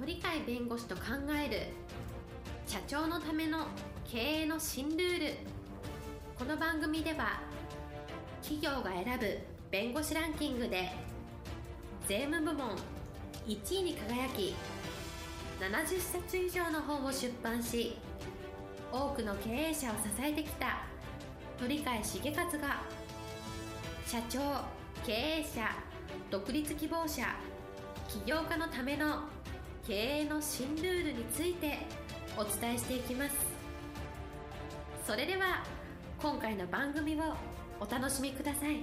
鳥飼弁護士と考える社長のための経営の新ルール。この番組では企業が選ぶ弁護士ランキングで税務部門1位に輝き、70冊以上の本を出版し、多くの経営者を支えてきた鳥飼茂勝が、社長、経営者、独立希望者、起業家のための経営の新ルールについてお伝えしていきます。それでは今回の番組をお楽しみください。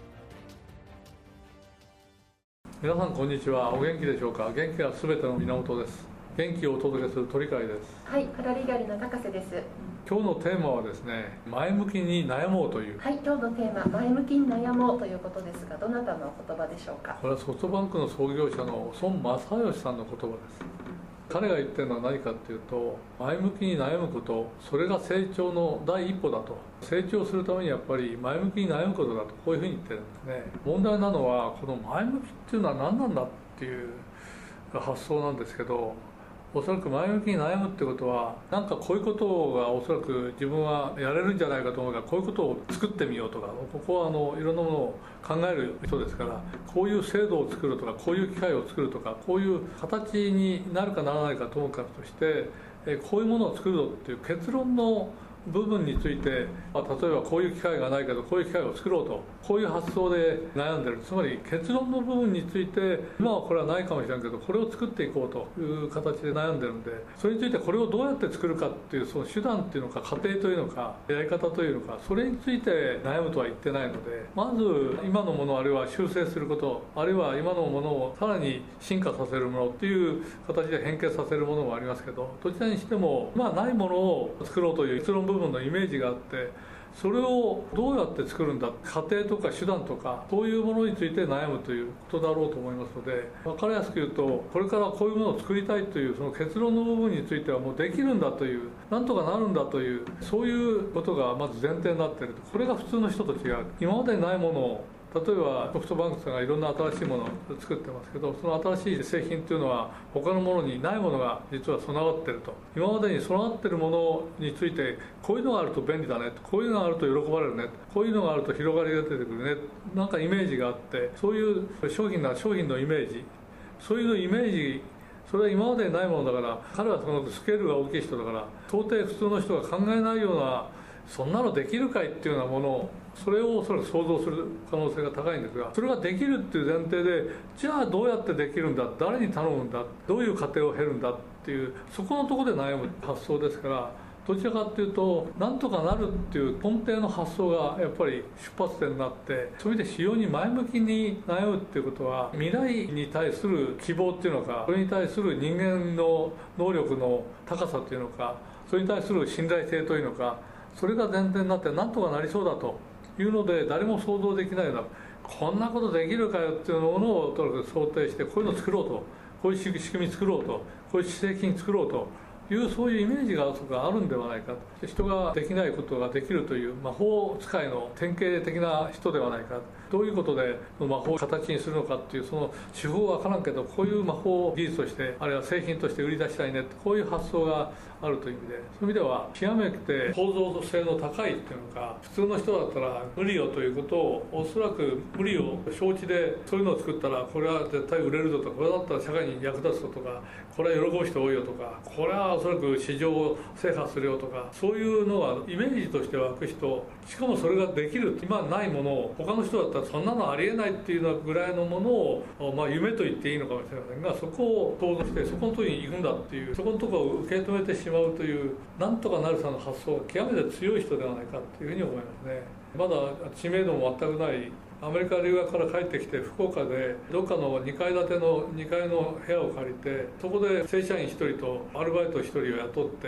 皆さんこんにちは。お元気でしょうか。元気がすべての源です。元気をお届けする鳥飼です。 はい、パラリーガルの高瀬です。 今日のテーマはですね、前向きに悩もうという。 はい、今日のテーマ、前向きに悩もうということですが、どなたのお言葉でしょうか。 これはソフトバンクの創業者の孫正義さんの言葉です。彼が言ってるのは何かっていうと、前向きに悩むこと、それが成長の第一歩だと。成長するためにやっぱり前向きに悩むことだと、こういうふうに言ってるんですね。問題なのはこの前向きっていうのは何なんだっていう発想なんですけど、おそらく前向きに悩むってことは、なんかこういうことがおそらく自分はやれるんじゃないかと思うから、こういうことを作ってみようとか、ここはいろんなものを考える人ですから、こういう制度を作るとか、こういう機会を作るとか、こういう形になるかならないかともかくとして、こういうものを作るぞっていう結論の部分について、例えばこういう機会がないけどこういう機会を作ろうと、こういう発想で悩んでる。つまり結論の部分について、今はこれはないかもしれないけどこれを作っていこうという形で悩んでるんで、それについてこれをどうやって作るかっていう、その手段っていうのか過程というのかやり方というのか、それについて悩むとは言ってないので、まず今のもの、あるいは修正すること、あるいは今のものをさらに進化させるものっていう形で変形させるものもありますけど、どちらにしてもないものを作ろうという結論部分のイメージがあって、それをどうやって作るんだ、過程とか手段とか、そういうものについて悩むということだろうと思いますので、分かりやすく言うと、これからこういうものを作りたいというその結論の部分についてはもうできるんだという、なんとかなるんだという、そういうことがまず前提になっていると。これが普通の人と違う。今までにないものを、例えばソフトバンクさんがいろんな新しいものを作ってますけど、その新しい製品というのは他のものにないものが実は備わっていると。今までに備わっているものについて、こういうのがあると便利だね、こういうのがあると喜ばれるね、こういうのがあると広がりが出てくるね、なんかイメージがあって、そういう商品のイメージ、そういうイメージ、それは今までにないものだから、彼はそのスケールが大きい人だから、到底普通の人が考えないような、そんなのできるかいっていうようなものを、それをおそらく想像する可能性が高いんですが、それができるっていう前提で、じゃあどうやってできるんだ、誰に頼むんだ、どういう過程を経るんだっていう、そこのところで悩む発想ですから、どちらかっていうと、なんとかなるっていう根底の発想がやっぱり出発点になって、そういう意味で非常に前向きに悩むっていうことは、未来に対する希望っていうのか、それに対する人間の能力の高さっていうのか、それに対する信頼性というのか、それが前提になって、なんとかなりそうだというので、誰も想像できないような、こんなことできるかよっていうものをとにかく想定して、こういうのを作ろうと、こういう仕組み作ろうと、こういう製品作ろうという、そういうイメージがあるんではないか。人ができないことができるという魔法使いの典型的な人ではないか。どういうことで魔法を形にするのかっていう、その手法は分からんけど、こういう魔法を技術として、あるいは製品として売り出したいねって、こういう発想があるという意味で、そういう意味では極めて構造性の高いっていうのか、普通の人だったら無理よということを、おそらく無理を承知で、そういうのを作ったらこれは絶対売れるぞとか、これだったら社会に役立つぞとか、これは喜ぶ人多いよとか、これはおそらく市場を制覇するよとか、そういうのはイメージとして湧く人、しかもそれができる、今ないものを他の人だったらそんなのありえないっていうぐらいのものを、夢と言っていいのかもしれませんが、そこを想像して、そこのところに行くんだっていう、そこのところを受け止めてしまうという、なんとかなるさの発想が極めて強い人ではないかというふうに思いますね。まだ知名度も全くない、アメリカ留学から帰ってきて、福岡でどっかの2階建ての2階の部屋を借りて、そこで正社員1人とアルバイト1人を雇って、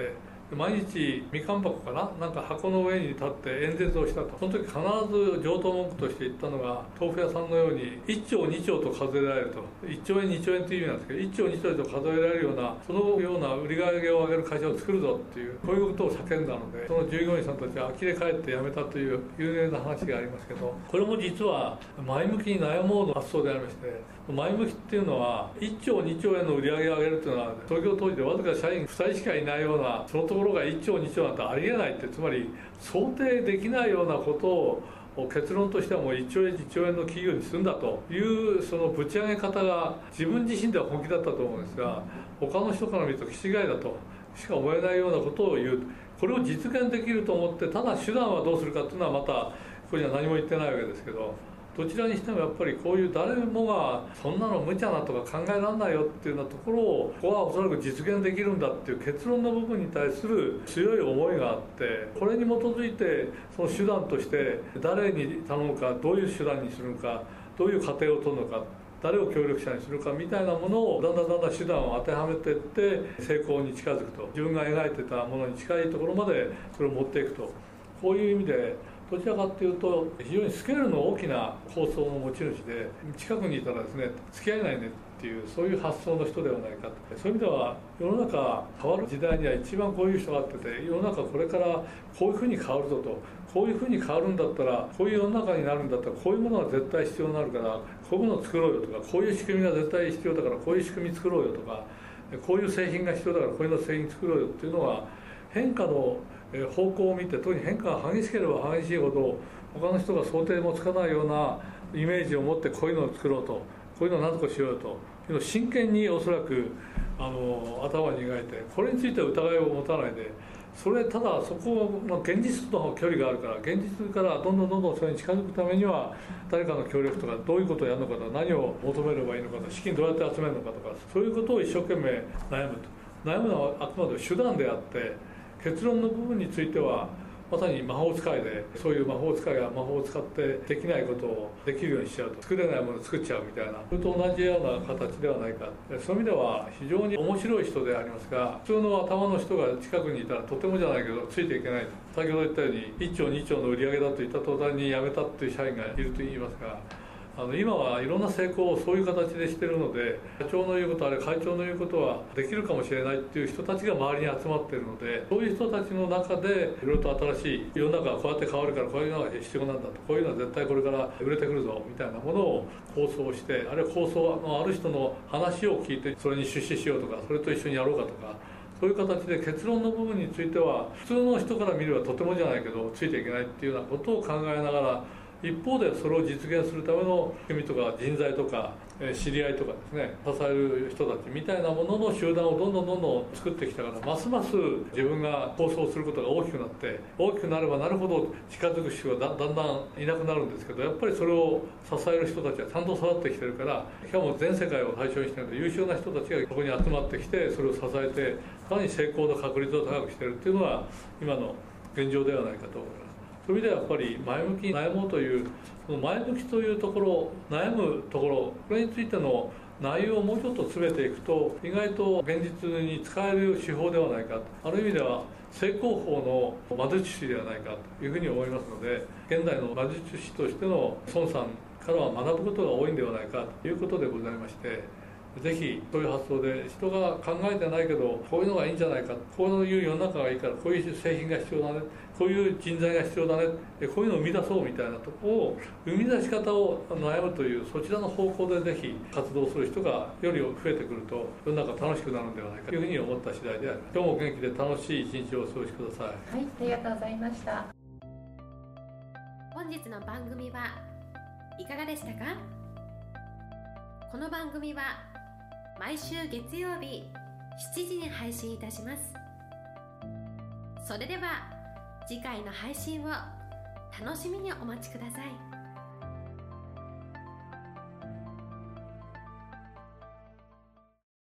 毎日みかん箱かな、なんか箱の上に立って演説をしたと。その時必ず上等文句として言ったのが、豆腐屋さんのように1兆2兆と数えられると、1兆円2兆円という意味なんですけど、1兆2兆円と数えられるような、そのような売り上げを上げる会社を作るぞっていう、こういうことを叫んだので、その従業員さんたちは呆れ返って辞めたという有名な話がありますけど、これも実は前向きに悩もうの発想でありまして、前向きっていうのは1兆2兆円の売り上げを上げるっていうのは、創業当時でわずか社員2人しかいないような、そのところが1兆2兆なんてありえないって、つまり想定できないようなことを結論としてはもう1兆円1兆円の企業にするんだというそのぶち上げ方が自分自身では本気だったと思うんですが、他の人から見ると気違いだとしか思えないようなことを言う。これを実現できると思って、ただ手段はどうするかっていうのはまたここには何も言ってないわけですけど、どちらにしてもやっぱりこういう誰もがそんなの無茶なとか考えられないよっていうようなところを、ここはおそらく実現できるんだっていう結論の部分に対する強い思いがあって、これに基づいてその手段として誰に頼むか、どういう手段にするのか、どういう過程を取るのか、誰を協力者にするかみたいなものをだんだん手段を当てはめていって成功に近づくと、自分が描いてたものに近いところまでそれを持っていくと、こういう意味でどちらかというと非常にスケールの大きな構想の持ち主で、近くにいたらですね付き合えないねっていう、そういう発想の人ではないかと。そういう意味では世の中変わる時代には一番こういう人があってて、世の中これからこういうふうに変わるぞと、こういうふうに変わるんだったら、こういう世の中になるんだったらこういうものが絶対必要になるから、こういうものを作ろうよとか、こういう仕組みが絶対必要だからこういう仕組み作ろうよとか、こういう製品が必要だからこういうの製品作ろうよっていうのは、変化の方向を見て、特に変化が激しければ激しいほど他の人が想定もつかないようなイメージを持って、こういうのを作ろうと、こういうのを何とかしようよというのを真剣におそらく頭に描いて、これについては疑いを持たないで、それただそこの現実との距離があるから、現実からどんどんそれに近づくためには誰かの協力とか、どういうことをやるのかとか、何を求めればいいのかとか、資金どうやって集めるのかとか、そういうことを一生懸命悩むと。悩むのはあくまで手段であって、結論の部分についてはまさに魔法使いで、そういう魔法使いが魔法を使ってできないことをできるようにしちゃうと、作れないものを作っちゃうみたいな、それと同じような形ではないか。そういう意味では非常に面白い人でありますが、普通の頭の人が近くにいたらとてもじゃないけどついていけないと。先ほど言ったように1兆2兆の売り上げだと言った途端に辞めたっていう社員がいると言いますが、今はいろんな成功をそういう形でしているので、社長の言うこと、あるいは会長の言うことはできるかもしれないっていう人たちが周りに集まっているので、そういう人たちの中でいろいろと新しい世の中がこうやって変わるから、こういうのが必要なんだと、こういうのは絶対これから売れてくるぞみたいなものを構想して、あるいは構想のある人の話を聞いてそれに出資しようとか、それと一緒にやろうかとか、そういう形で結論の部分については普通の人から見ればとてもじゃないけどついていけないっていうようなことを考えながら、一方でそれを実現するための仕組みとか人材とか知り合いとかですね、支える人たちみたいなものの集団をどんどん作ってきたから、ますます自分が構想することが大きくなって、大きくなればなるほど近づく人がだんだんいなくなるんですけど、やっぱりそれを支える人たちはちゃんと育ってきてるから、しかも全世界を対象にしているので優秀な人たちがそこに集まってきて、それを支えてさらに成功の確率を高くしているっていうのは今の現状ではないかと思います。そういう意味ではやっぱり前向きに悩もうという、その前向きというところ、悩むところ、これについての内容をもうちょっと詰めていくと、意外と現実に使える手法ではないか、ある意味では成功法の魔術師ではないかというふうに思いますので、現代の魔術師としての孫さんからは学ぶことが多いんではないかということでございまして、ぜひそういう発想で、人が考えてないけどこういうのがいいんじゃないか、こういう世の中がいいからこういう製品が必要だね、こういう人材が必要だね、こういうのを生み出そうみたいなところを、生み出し方を悩むというそちらの方向でぜひ活動する人がより増えてくると、世の中楽しくなるんではないかというふうに思った次第であります。今日も元気で楽しい一日をお過ごしください。 はい、ありがとうございました。 本日の番組はいかがでしたか？この番組は毎週月曜日7時に配信いたします。それでは次回の配信を楽しみにお待ちください。